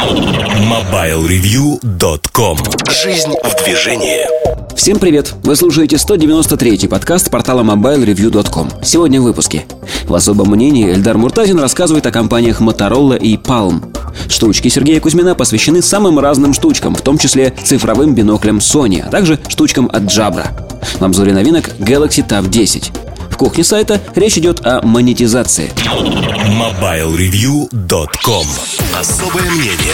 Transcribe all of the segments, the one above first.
MobileReview.com. Жизнь в движении. Всем привет! Вы слушаете 193-й подкаст портала MobileReview.com. Сегодня в выпуске. В особом мнении Эльдар Муртазин рассказывает о компаниях Motorola и Palm. Штучки Сергея Кузьмина посвящены самым разным штучкам, в том числе цифровым биноклям Sony, а также штучкам от Jabra. В обзоре новинок Galaxy Tab 10. В кухне сайта речь идет о монетизации. MobileReview.com. Особое мнение.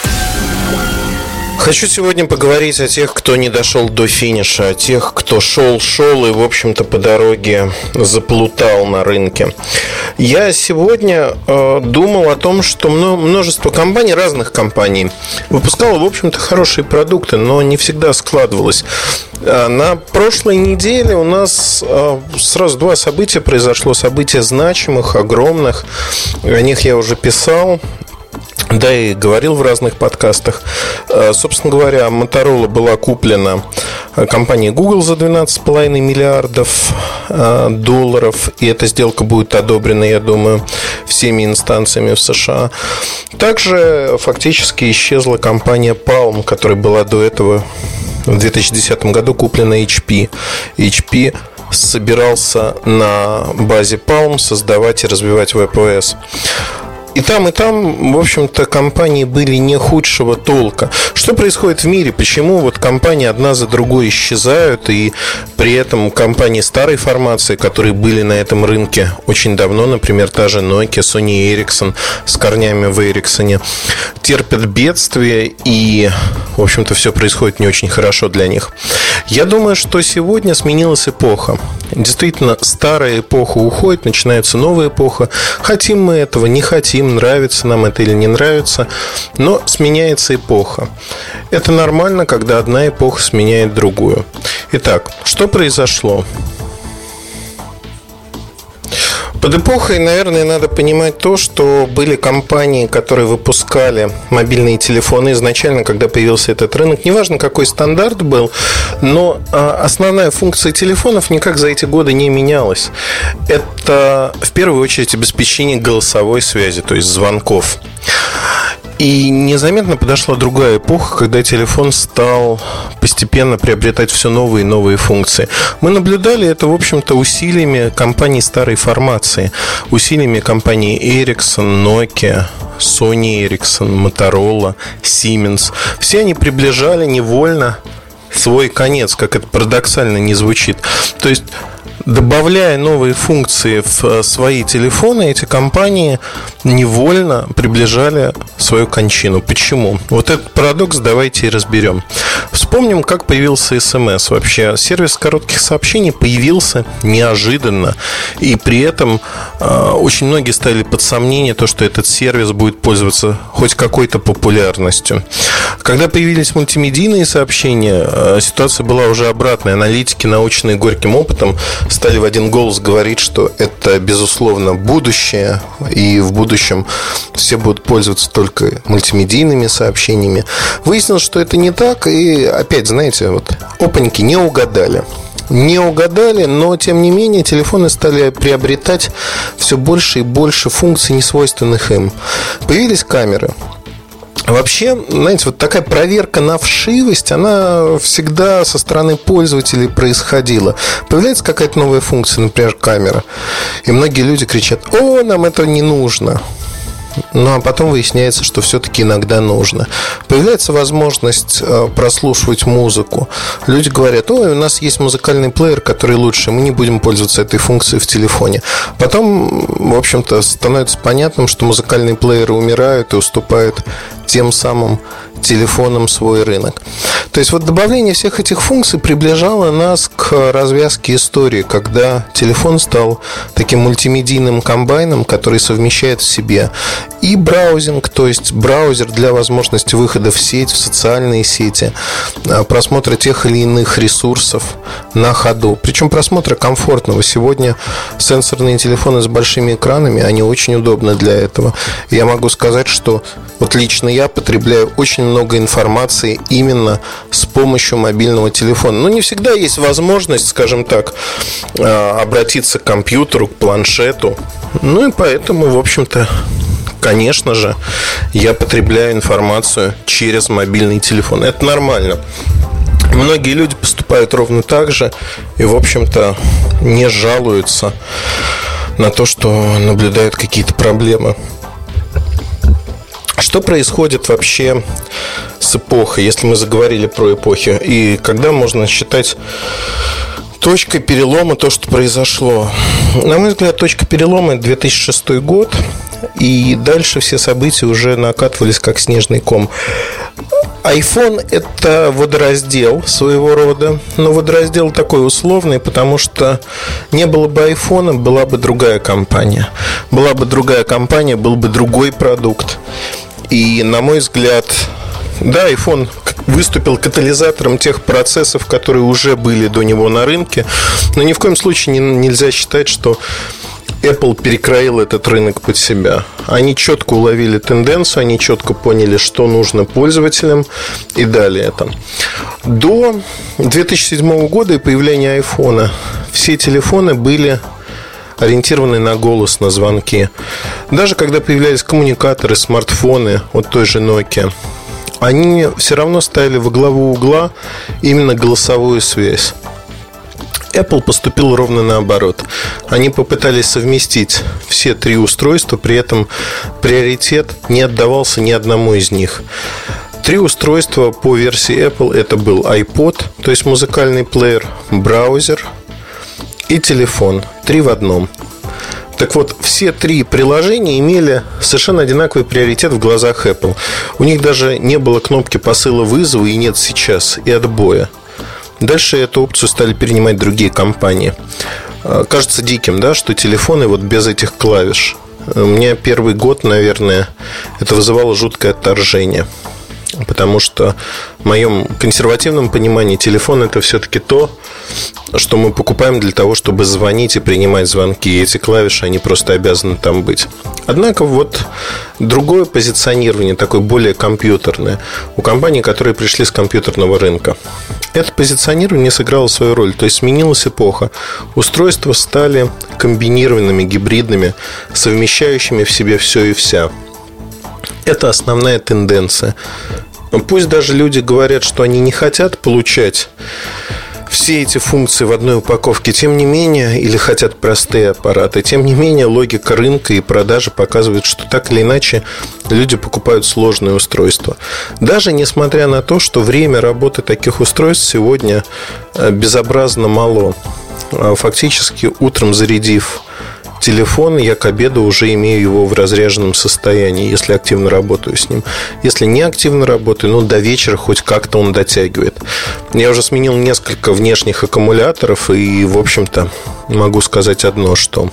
Хочу сегодня поговорить о тех, кто не дошел до финиша, о тех, кто шел и, в общем-то, по дороге заплутал на рынке. Я сегодня думал о том, что множество компаний, разных компаний, выпускало, в общем-то, хорошие продукты, но не всегда складывалось. На прошлой неделе у нас сразу два события произошло, события значимых, огромных. О них я уже писал. Да, и говорил в разных подкастах. Собственно говоря, Motorola была куплена компанией Google за $12,5 миллиардов. И эта сделка будет одобрена, я думаю, всеми инстанциями в США. Также фактически исчезла компания Palm, которая была до этого в 2010 году куплена HP. HP собирался на базе Palm создавать и развивать WebOS. И там, в общем-то, компании были не худшего толка. Что происходит в мире? Почему вот компании одна за другой исчезают, и при этом компании старой формации, которые были на этом рынке очень давно, например, та же Nokia, Sony Ericsson с корнями в Эриксоне, терпят бедствие, и, в общем-то, все происходит не очень хорошо для них. Я думаю, что сегодня сменилась эпоха. Действительно, старая эпоха уходит, начинается новая эпоха. Хотим мы этого, не хотим, нравится нам это или не нравится, но сменяется эпоха. Это нормально, когда одна эпоха сменяет другую. Итак, что произошло? Под эпохой, наверное, надо понимать то, что были компании, которые выпускали мобильные телефоны изначально, когда появился этот рынок. Неважно, какой стандарт был, но основная функция телефонов никак за эти годы не менялась. Это, в первую очередь, обеспечение голосовой связи, то есть звонков. И незаметно подошла другая эпоха, когда телефон стал постепенно приобретать все новые и новые функции. Мы наблюдали это, в общем-то, усилиями компаний старой формации, усилиями компаний Ericsson, Nokia, Sony Ericsson, Motorola, Siemens. Все они приближали невольно свой конец, как это парадоксально не звучит. То есть, добавляя новые функции в свои телефоны, эти компании невольно приближали свою кончину. Почему? Вот этот парадокс давайте и разберем. Вспомним, как появился СМС. Вообще, сервис коротких сообщений появился неожиданно. И при этом очень многие ставили под сомнение то, что этот сервис будет пользоваться хоть какой-то популярностью. Когда появились мультимедийные сообщения, ситуация была уже обратная. Аналитики, наученные горьким опытом, стали в один голос говорить, что это, безусловно, будущее, и в будущем все будут пользоваться только мультимедийными сообщениями. Выяснилось, что это не так, и опять, знаете, вот опаньки не угадали. Не угадали, но, тем не менее, телефоны стали приобретать все больше и больше функций, несвойственных им. Появились камеры. Вообще, знаете, вот такая проверка на вшивость, она всегда со стороны пользователей происходила. Появляется какая-то новая функция, например, камера, и многие люди кричат: «О, нам это не нужно». Ну, а потом выясняется, что все-таки иногда нужно. Появляется возможность прослушивать музыку. Люди говорят: ой, у нас есть музыкальный плеер, который лучше, мы не будем пользоваться этой функцией в телефоне. Потом, в общем-то, становится понятным, что музыкальные плееры умирают и уступают тем самым телефонам свой рынок. То есть вот добавление всех этих функций приближало нас к развязке истории, когда телефон стал таким мультимедийным комбайном, который совмещает в себе и браузинг, то есть браузер для возможности выхода в сеть, в социальные сети, просмотра тех или иных ресурсов на ходу. Причем просмотра комфортного. Сегодня сенсорные телефоны с большими экранами, они очень удобны для этого. Я могу сказать, что вот лично я потребляю очень много информации именно с помощью мобильного телефона. Но не всегда есть возможность, скажем так, обратиться к компьютеру, к планшету. Ну и поэтому, в общем-то, конечно же, я потребляю информацию через мобильный телефон. Это нормально. Многие люди поступают ровно так же и, в общем-то, не жалуются на то, что наблюдают какие-то проблемы. Что происходит вообще с эпохой, если мы заговорили про эпохи, и когда можно считать точкой перелома то, что произошло? На мой взгляд, точка перелома – это 2006 год, и дальше все события уже накатывались как снежный ком. iPhone – это водораздел своего рода, но водораздел такой условный, потому что не было бы iPhone, была бы другая компания. Была бы другая компания, был бы другой продукт. И, на мой взгляд, да, iPhone выступил катализатором тех процессов, которые уже были до него на рынке, но ни в коем случае нельзя считать, что Apple перекроил этот рынок под себя. Они четко уловили тенденцию, они четко поняли, что нужно пользователям, и дали это. До 2007 года и появления iPhone все телефоны были ориентированы на голос, на звонки. Даже когда появлялись коммуникаторы, смартфоны от той же Nokia, они все равно ставили во главу угла именно голосовую связь. Apple поступил ровно наоборот. Они попытались совместить все три устройства, при этом приоритет не отдавался ни одному из них. Три устройства по версии Apple — это был iPod, то есть музыкальный плеер, браузер и телефон. Три в одном. Так вот, все три приложения имели совершенно одинаковый приоритет в глазах Apple. У них даже не было кнопки посыла вызова, и нет сейчас, и отбоя. Дальше эту опцию стали перенимать другие компании. Кажется диким, да, что телефоны вот без этих клавиш. У меня первый год, наверное, это вызывало жуткое отторжение. Потому что в моем консервативном понимании телефон — это все-таки то, что мы покупаем для того, чтобы звонить и принимать звонки. И эти клавиши, они просто обязаны там быть. Однако вот другое позиционирование, такое более компьютерное, у компаний, которые пришли с компьютерного рынка. Это позиционирование сыграло свою роль. То есть сменилась эпоха. Устройства стали комбинированными, гибридными, совмещающими в себе все и вся. Это основная тенденция. Пусть даже люди говорят, что они не хотят получать все эти функции в одной упаковке, тем не менее, или хотят простые аппараты, тем не менее, логика рынка и продажи показывает, что так или иначе люди покупают сложные устройства. Даже несмотря на то, что время работы таких устройств сегодня безобразно мало. Фактически, утром зарядив телефон, я к обеду уже имею его в разряженном состоянии, если активно работаю с ним. Если не активно работаю, до вечера хоть как-то он дотягивает. Я уже сменил несколько внешних аккумуляторов, и, в общем-то, могу сказать одно, что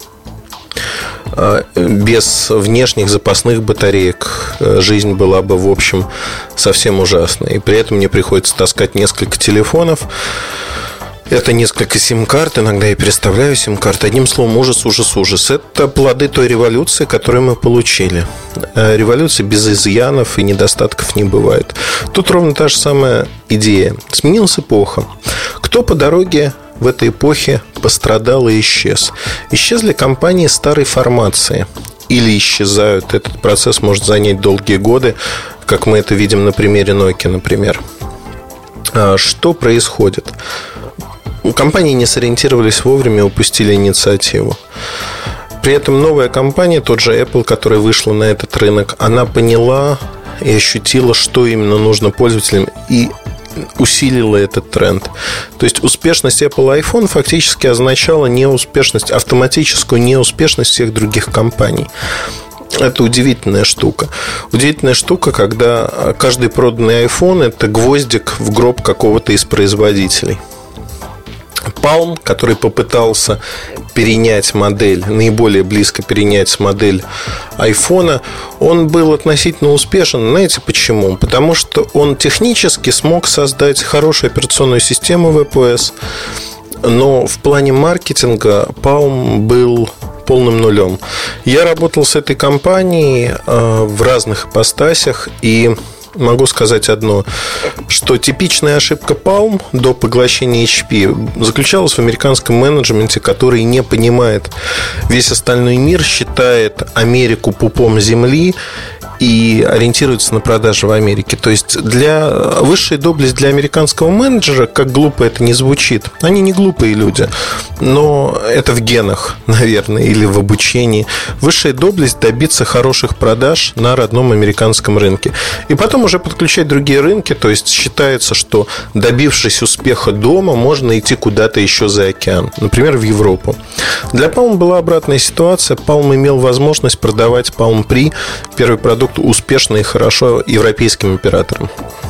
без внешних запасных батареек жизнь была бы, в общем, совсем ужасной. И при этом мне приходится таскать несколько телефонов. Это несколько сим-карт, иногда я переставляю сим-карты. Одним словом, ужас, ужас, ужас. Это плоды той революции, которую мы получили. Революции без изъянов и недостатков не бывает. Тут ровно та же самая идея. Сменилась эпоха. Кто по дороге в этой эпохе пострадал и исчез? Исчезли компании старой формации. Или исчезают. Этот процесс может занять долгие годы, как мы это видим на примере Nokia, например. Что происходит? Компании не сориентировались вовремя, упустили инициативу. При этом новая компания, тот же Apple, которая вышла на этот рынок, она поняла и ощутила, что именно нужно пользователям, и усилила этот тренд. То есть успешность Apple iPhone фактически означала неуспешность, автоматическую неуспешность всех других компаний. Это удивительная штука. Удивительная штука, когда каждый проданный iPhone — это гвоздик в гроб какого-то из производителей. Palm, который попытался перенять модель, наиболее близко перенять модель iPhone, он был относительно успешен. Знаете почему? Потому что он технически смог создать хорошую операционную систему WebOS, но в плане маркетинга Palm был полным нулем. Я работал с этой компанией в разных ипостасях, и могу сказать одно, что типичная ошибка Palm до поглощения HP заключалась в американском менеджменте, который не понимает весь остальной мир, считает Америку пупом земли и ориентируется на продажи в Америке. То есть высшая доблесть для американского менеджера, как глупо это не звучит, они не глупые люди, но это в генах, наверное, или в обучении. Высшая доблесть добиться хороших продаж на родном американском рынке. И потом уже подключать другие рынки. То есть считается, что добившись успеха дома, можно идти куда-то еще за океан, например, в Европу. Для Palm была обратная ситуация. Palm имел возможность продавать Palm Pre, первый продукт, успешно и хорошо европейским операторам.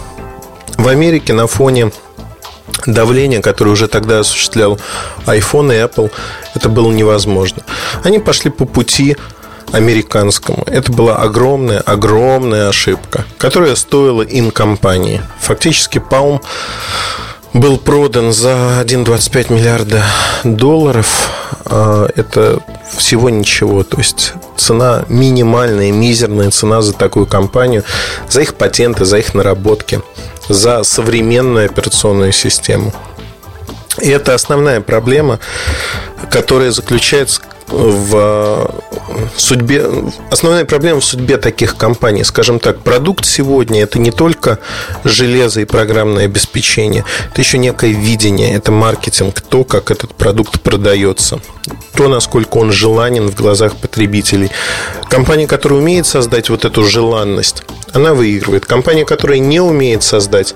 В Америке на фоне давления, которое уже тогда осуществлял iPhone и Apple, это было невозможно. Они пошли по пути американскому. Это была огромная ошибка, которая стоила им компании. Фактически Palm был продан за 1,25 миллиарда долларов. Это всего ничего. То есть цена минимальная, мизерная цена за такую компанию, за их патенты, за их наработки, за современную операционную систему. И это основная проблема, которая заключается в судьбе. Основная проблема в судьбе таких компаний. Скажем так, продукт сегодня — это не только железо и программное обеспечение, это еще некое видение, это маркетинг, то, как этот продукт продается, то, насколько он желанен в глазах потребителей. Компания, которая умеет создать вот эту желанность, она выигрывает. Компания, которая не умеет создать,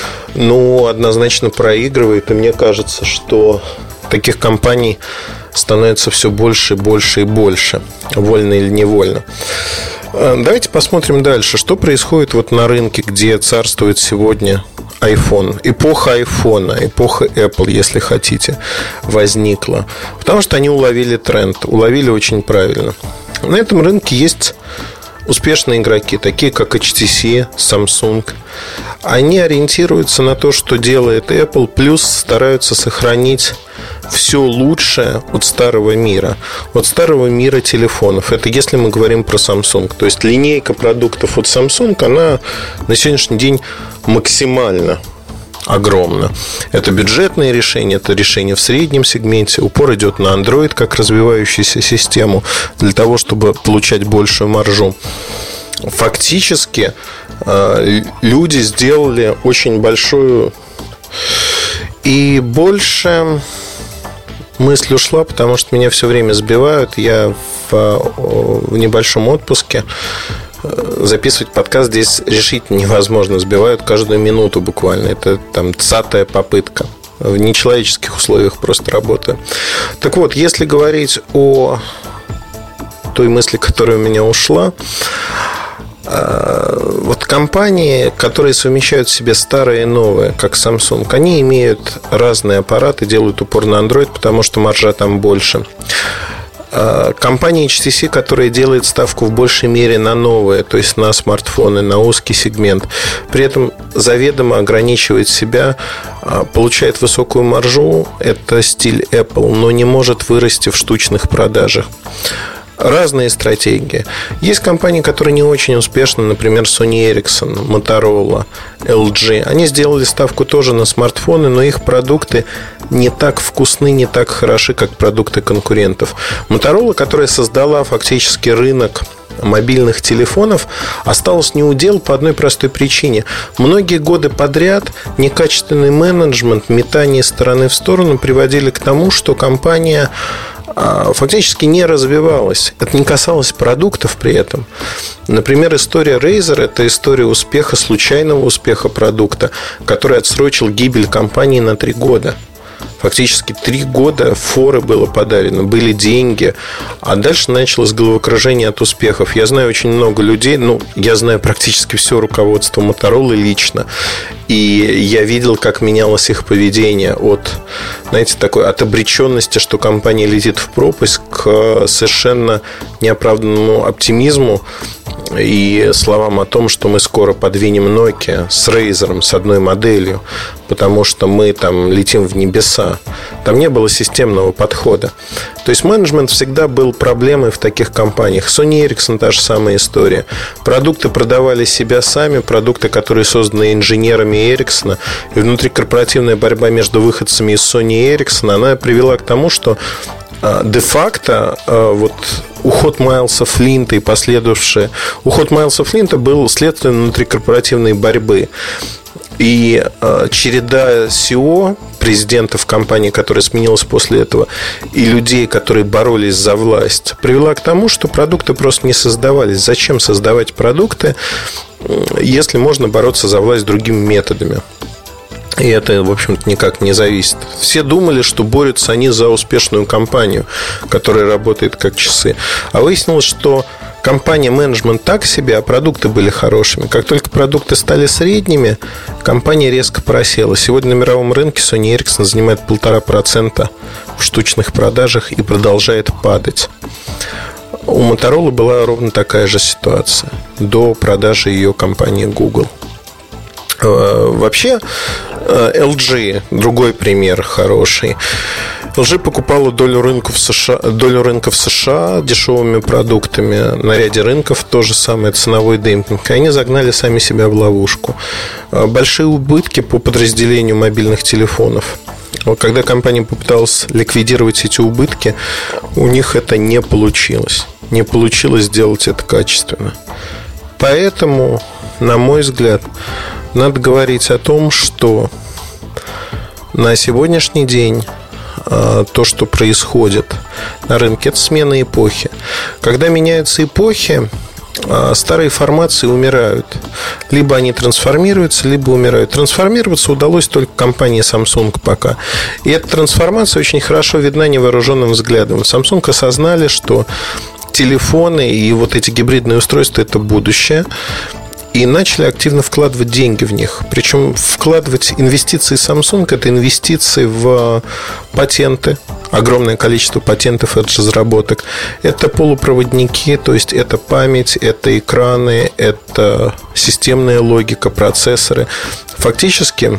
однозначно проигрывает. И мне кажется, что таких компаний становится все больше, больше и больше, вольно или невольно. Давайте посмотрим дальше, что происходит вот на рынке, где царствует сегодня iPhone. Эпоха айфона, эпоха Apple, если хотите, возникла. Потому что они уловили тренд, уловили очень правильно. На этом рынке есть успешные игроки, такие как HTC, Samsung. Они ориентируются на то, что делает Apple, плюс стараются сохранить все лучшее от старого мира. От старого мира телефонов. Это если мы говорим про Samsung. То есть линейка продуктов от Samsung, она на сегодняшний день максимально огромна. Это бюджетные решения, это решения в среднем сегменте. Упор идет на Android как развивающуюся систему для того, чтобы получать большую маржу. Фактически люди сделали очень большую. И больше мысль ушла, потому что меня все время сбивают. Я в небольшом отпуске. Записывать подкаст здесь решительно невозможно. Сбивают каждую минуту буквально. Это там 10-я попытка. В нечеловеческих условиях просто работаю. Так вот, если говорить о той мысли, которая у меня ушла, вот компании, которые совмещают в себе старое и новое, как Samsung, они имеют разные аппараты, делают упор на Android, потому что маржа там больше. Компания HTC, которая делает ставку в большей мере на новое, то есть на смартфоны, на узкий сегмент, при этом заведомо ограничивает себя, получает высокую маржу, это стиль Apple, но не может вырасти в штучных продажах. Разные стратегии. Есть компании, которые не очень успешны, например, Sony Ericsson, Motorola, LG. Они сделали ставку тоже на смартфоны, но их продукты не так вкусны, не так хороши, как продукты конкурентов. Motorola, которая создала фактически рынок мобильных телефонов, осталась неудел по одной простой причине. Многие годы подряд некачественный менеджмент, метание из стороны в сторону приводили к тому, что компания фактически не развивалась. Это не касалось продуктов при этом. Например, история Razer – это история успеха, случайного успеха продукта, который отсрочил гибель компании на 3 года. Фактически 3 года форы было подарено, были деньги, а дальше началось головокружение от успехов. Я знаю очень много людей, я знаю практически все руководство Motorola лично, и я видел, как менялось их поведение от обреченности, что компания летит в пропасть, к совершенно неоправданному оптимизму и словам о том, что мы скоро подвинем Nokia с Razer, с одной моделью, потому что мы там летим в небеса. Там не было системного подхода. То есть менеджмент всегда был проблемой в таких компаниях. Sony Ericsson та же самая история. Продукты продавали себя сами, продукты, которые созданы инженерами Ericsson. И внутрикорпоративная борьба между выходцами из Sony и Ericsson, она привела к тому, что де-факто вот уход Майлса Флинта и последовавший уход Майлса Флинта был следствием внутрикорпоративной борьбы. И череда CEO, президентов компании, которая сменилась после этого, и людей, которые боролись за власть, привела к тому, что продукты просто не создавались. Зачем создавать продукты, если можно бороться за власть другими методами? И это, в общем-то, никак не зависит. Все думали, что борются они за успешную компанию, которая работает как часы. А выяснилось, что компания, менеджмент так себе, а продукты были хорошими. Как только продукты стали средними, компания резко просела. Сегодня на мировом рынке Sony Ericsson занимает 1,5% в штучных продажах и продолжает падать. У Motorola была ровно такая же ситуация до продажи ее компании Google. Вообще, LG, другой пример хороший. LG покупала долю рынка в США дешевыми продуктами. На ряде рынков то же самое, ценовой демпинг. И они загнали сами себя в ловушку. Большие убытки по подразделению мобильных телефонов. Когда компания попыталась ликвидировать эти убытки, у них это не получилось. Не получилось сделать это качественно. Поэтому, на мой взгляд, надо говорить о том, что на сегодняшний день то, что происходит на рынке, это смена эпохи. Когда меняются эпохи, старые формации умирают. Либо они трансформируются, либо умирают. Трансформироваться удалось только компании Samsung пока. И эта трансформация очень хорошо видна невооруженным взглядом. Samsung осознали, что телефоны и вот эти гибридные устройства – это будущее. И начали активно вкладывать деньги в них. Причем вкладывать инвестиции Samsung – это инвестиции в патенты. Огромное количество патентов от разработок. Это полупроводники, то есть это память, это экраны, это системная логика, процессоры. Фактически,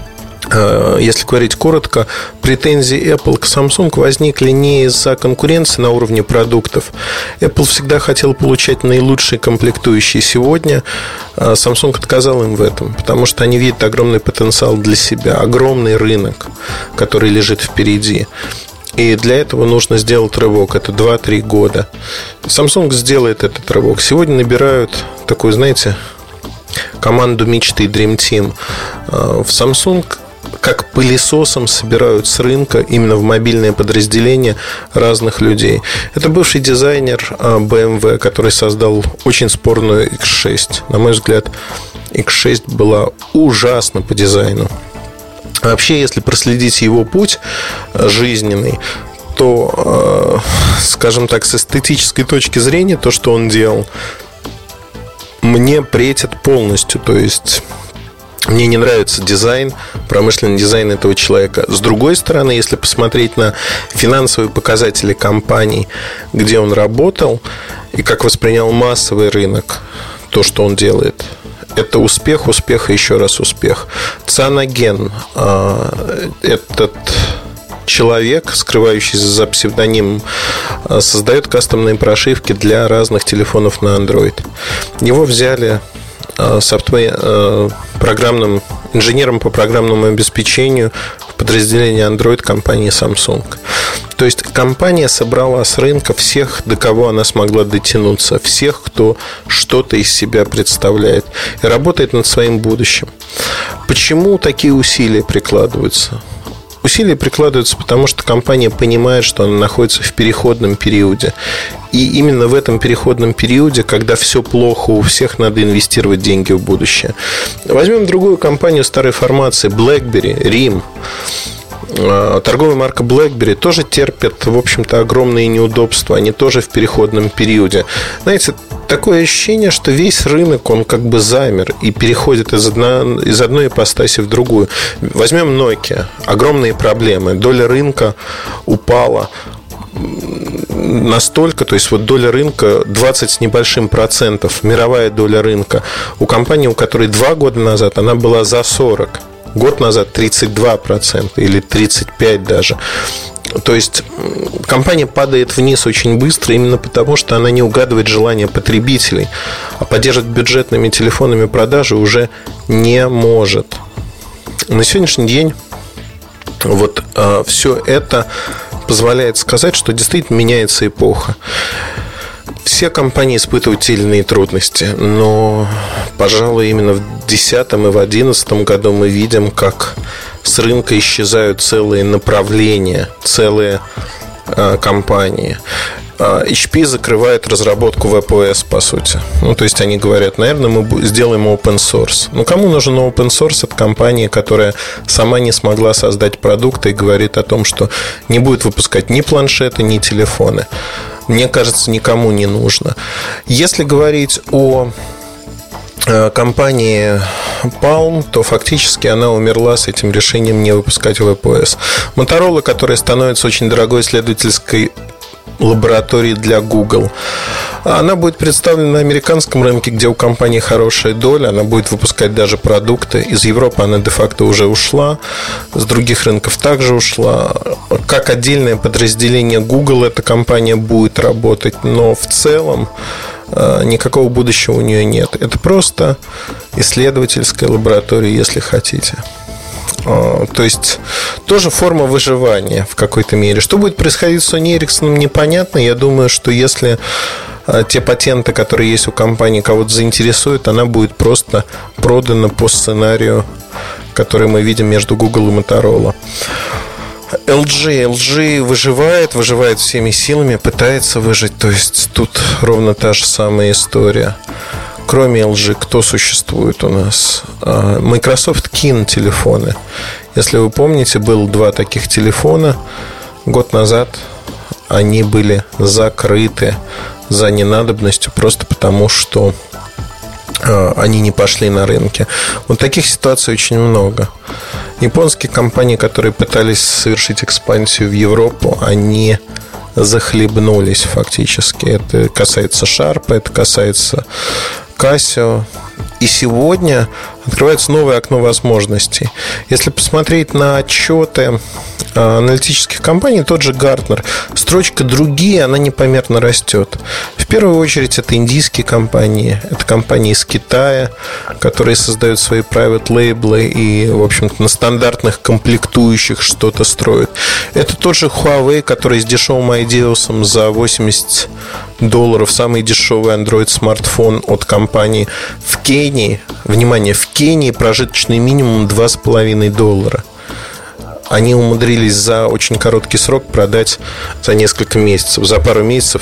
если говорить коротко, претензии Apple к Samsung возникли не из-за конкуренции на уровне продуктов. Apple всегда хотел получать наилучшие комплектующие. Сегодня Samsung отказал им в этом, потому что они видят огромный потенциал для себя, огромный рынок, который лежит впереди. И для этого нужно сделать рывок. Это 2-3 года. Samsung сделает этот рывок. Сегодня набирают такую, знаете, команду мечты Dream Team. В Samsung как пылесосом собирают с рынка именно в мобильное подразделение разных людей. Это бывший дизайнер BMW, который создал очень спорную X6. На мой взгляд, X6 была ужасна по дизайну. Вообще, если проследить его путь жизненный, то, скажем так, с эстетической точки зрения, то, что он делал, мне претит полностью. То есть мне не нравится дизайн, промышленный дизайн этого человека. С другой стороны, если посмотреть на финансовые показатели компаний, где он работал, и как воспринял массовый рынок то, что он делает, это успех, успех и еще раз успех. Цианоген, этот человек, скрывающийся за псевдонимом, создает кастомные прошивки для разных телефонов на Android. Его взяли программным инженером по программному обеспечению в подразделении Android компании Samsung. То есть компания собрала с рынка всех, до кого она смогла дотянуться, всех, кто что-то из себя представляет и работает над своим будущим. Почему такие усилия прикладываются? Усилия прикладываются, потому что компания понимает, что она находится в переходном периоде. И именно в этом переходном периоде, когда все плохо у всех, надо инвестировать деньги в будущее. Возьмем другую компанию старой формации, BlackBerry, RIM. Торговая марка BlackBerry тоже терпит, в общем-то, огромные неудобства. Они тоже в переходном периоде. Знаете, такое ощущение, что весь рынок, он как бы замер и переходит из одной ипостаси в другую. Возьмем Nokia. Огромные проблемы. Доля рынка упала. настолько, то есть вот доля рынка 20 с небольшим процентов, мировая доля рынка у компании, у которой 2 года назад она была за 40, год назад 32% или 35% даже. То есть компания падает вниз очень быстро именно потому, что она не угадывает желания потребителей, а поддерживать бюджетными телефонами продажи уже не может. На сегодняшний день вот все это позволяет сказать, что действительно меняется эпоха. Все компании испытывают те или иные трудности, но, пожалуй, именно в 2010 и в 2011 году мы видим, как с рынка исчезают целые направления, целые компании. HP закрывает разработку WebOS, по сути. То есть они говорят, наверное, мы сделаем open source. Кому нужен open source? Это компания, которая сама не смогла создать продукты и говорит о том, что не будет выпускать ни планшеты, ни телефоны. Мне кажется, никому не нужно. Если говорить о компании Palm, то фактически она умерла с этим решением не выпускать WebOS. Motorola, которая становится очень дорогой исследовательской лаборатории для Google, она будет представлена на американском рынке, где у компании хорошая доля. Она будет выпускать даже продукты. Из Европы она де-факто уже ушла, с других рынков также ушла. Как отдельное подразделение Google эта компания будет работать, но в целом никакого будущего у нее нет. Это просто исследовательская лаборатория, если хотите. То есть тоже форма выживания в какой-то мере. Что будет происходить с Sony Ericsson, непонятно. Я думаю, что если те патенты, которые есть у компании, кого-то заинтересуют, она будет просто продана по сценарию, который мы видим между Google и Motorola. LG выживает всеми силами, пытается выжить. То есть тут ровно та же самая история. Кроме LG, кто существует у нас? Microsoft Kin телефоны. Если вы помните, было 2 таких телефона. Год назад они были закрыты за ненадобностью, просто потому что они не пошли на рынке. Вот таких ситуаций очень много. Японские компании, которые пытались совершить экспансию в Европу, они захлебнулись фактически. Это касается Sharp, это касается Casio. И сегодня открывается новое окно возможностей. Если посмотреть на отчеты аналитических компаний, тот же Gartner, строчка «другие», она непомерно растет. В первую очередь это индийские компании, это компании из Китая, которые создают свои private label и, в общем-то, на стандартных комплектующих что-то строят. Это тот же Huawei, который с дешевым Ideos за $80, самый дешевый Android-смартфон от компании в Кении. Внимание, в Кении прожиточный минимум $2,5. Они умудрились за очень короткий срок продать за несколько месяцев, за пару месяцев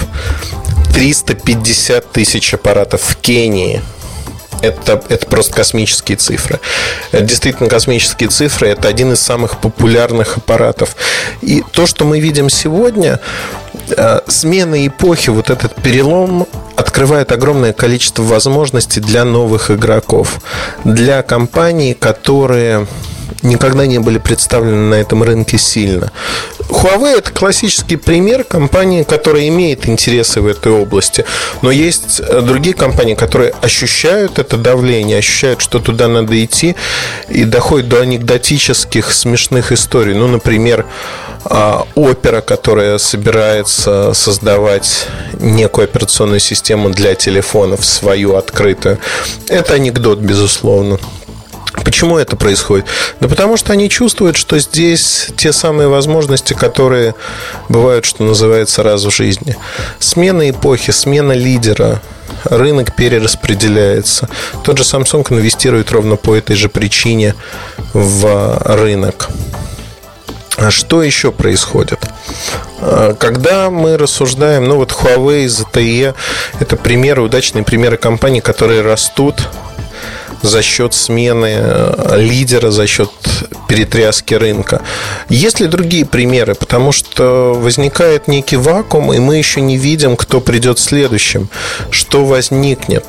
350 тысяч аппаратов в Кении. Это просто космические цифры. Это действительно космические цифры. Это один из самых популярных аппаратов. И то, что мы видим сегодня, смена эпохи, вот этот перелом открывает огромное количество возможностей для новых игроков, для компаний, которые никогда не были представлены на этом рынке сильно. Huawei – это классический пример компании, которая имеет интересы в этой области. Но есть другие компании, которые ощущают это давление, ощущают, что туда надо идти, и доходят до анекдотических смешных историй. Например, Opera, которая собирается создавать некую операционную систему для телефонов, свою открытую. Это анекдот, безусловно. Почему это происходит? Да потому что они чувствуют, что здесь те самые возможности, которые бывают, что называется, раз в жизни. Смена эпохи, смена лидера, рынок перераспределяется. Тот же Samsung инвестирует ровно по этой же причине в рынок. А что еще происходит? Когда мы рассуждаем, Huawei, ZTE – это примеры, удачные примеры компаний, которые растут за счет смены лидера, за счет перетряски рынка. Есть ли другие примеры? Потому что возникает некий вакуум, и мы еще не видим, кто придет следующим, что возникнет.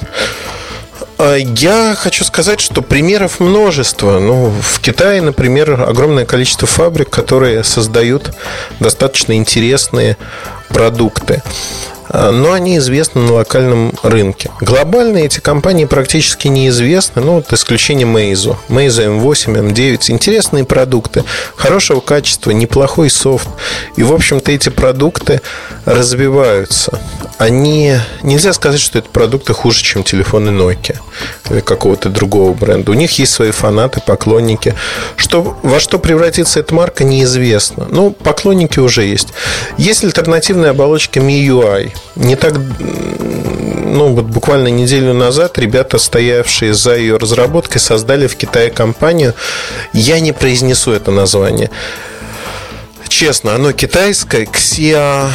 Я хочу сказать, что примеров множество. В Китае, например, огромное количество фабрик, которые создают достаточно интересные продукты, но они известны на локальном рынке. Глобально эти компании практически неизвестны, вот исключением Meizu. Meizu M8, M9. Интересные продукты, хорошего качества, неплохой софт. И, в общем-то, эти продукты развиваются. Нельзя сказать, что это продукты хуже, чем телефоны Nokia или какого-то другого бренда. У них есть свои фанаты, поклонники. Во что превратится эта марка, неизвестно. Поклонники уже есть. Есть альтернативная оболочка MIUI. Не так, буквально неделю назад ребята, стоявшие за ее разработкой, создали в Китае компанию. Я не произнесу это название. Честно, оно китайское, Xia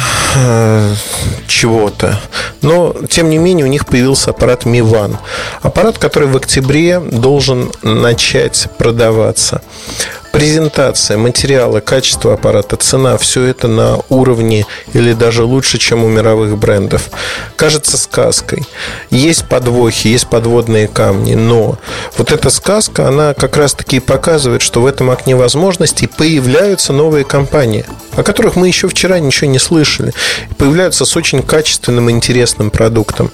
чего-то. Но, тем не менее, у них появился аппарат Mi One. Аппарат, который в октябре должен начать продаваться. Презентация, материалы, качество аппарата, цена, все это на уровне или даже лучше, чем у мировых брендов. Кажется сказкой. Есть подвохи, есть подводные камни, но вот эта сказка, она как раз-таки показывает, что в этом окне возможностей появляются новые компании, о которых мы еще вчера ничего не слышали. И появляются с очень качественным и интересным продуктом.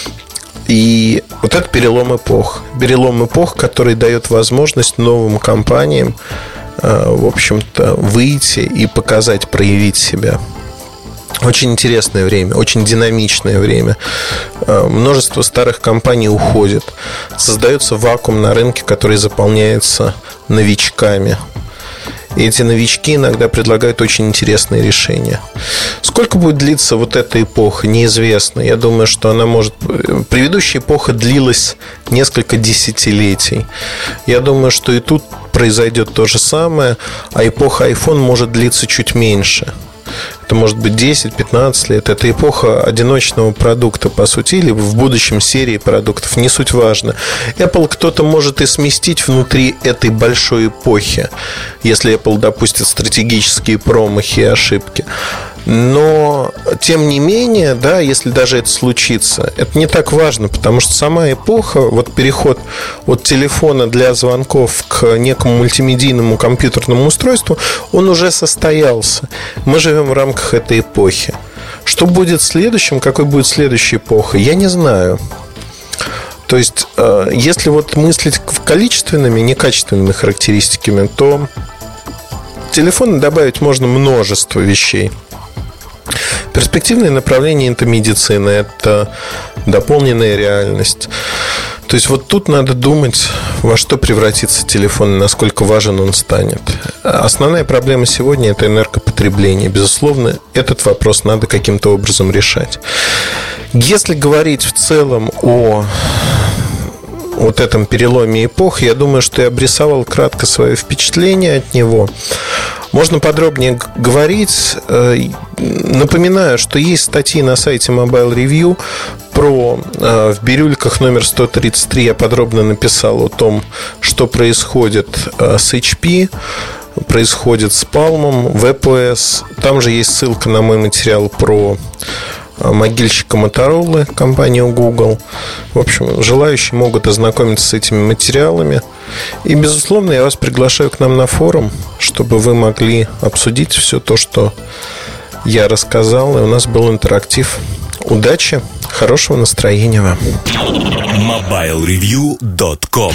И вот это перелом эпох. Перелом эпох, который дает возможность новым компаниям, в общем-то, выйти и показать, проявить себя. Очень интересное время, очень динамичное время. Множество старых компаний уходит. Создается вакуум на рынке, который заполняется новичками. И эти новички иногда предлагают очень интересные решения. Сколько будет длиться вот эта эпоха, неизвестно. Я думаю, что она может... Предыдущая эпоха длилась несколько десятилетий. Я думаю, что и тут произойдет то же самое. А эпоха iPhone может длиться чуть меньше. Это может быть 10-15 лет. Это эпоха одиночного продукта, по сути, или в будущем серии продуктов. Не суть важно. Apple кто-то может и сместить внутри этой большой эпохи, если Apple допустит стратегические промахи и ошибки. Но, тем не менее, да, если даже это случится, это не так важно, потому что сама эпоха, вот переход от телефона для звонков к некому мультимедийному компьютерному устройству, он уже состоялся. Мы живем в рамках этой эпохи. Что будет следующим, какой будет следующая эпоха, я не знаю. То есть, если вот мыслить количественными, не качественными характеристиками, то телефону добавить можно множество вещей. Перспективные направления – это медицина, это дополненная реальность. То есть вот тут надо думать, во что превратится телефон и насколько важен он станет. Основная проблема сегодня – это энергопотребление. Безусловно, этот вопрос надо каким-то образом решать. Если говорить в целом о вот этом переломе эпох, я думаю, что я обрисовал кратко свое впечатление от него. Можно подробнее говорить. Напоминаю, что есть статьи на сайте Mobile Review про в бирюльках номер 133. Я подробно написал о том, что происходит с HP, происходит с Palm, WebOS. Там же есть ссылка на мой материал про могильщика Motorola, компанию Google. В общем, желающие могут ознакомиться с этими материалами. И, безусловно, я вас приглашаю к нам на форум, чтобы вы могли обсудить все то, что я рассказал, и у нас был интерактив. Удачи, хорошего настроения вам. MobileReview.com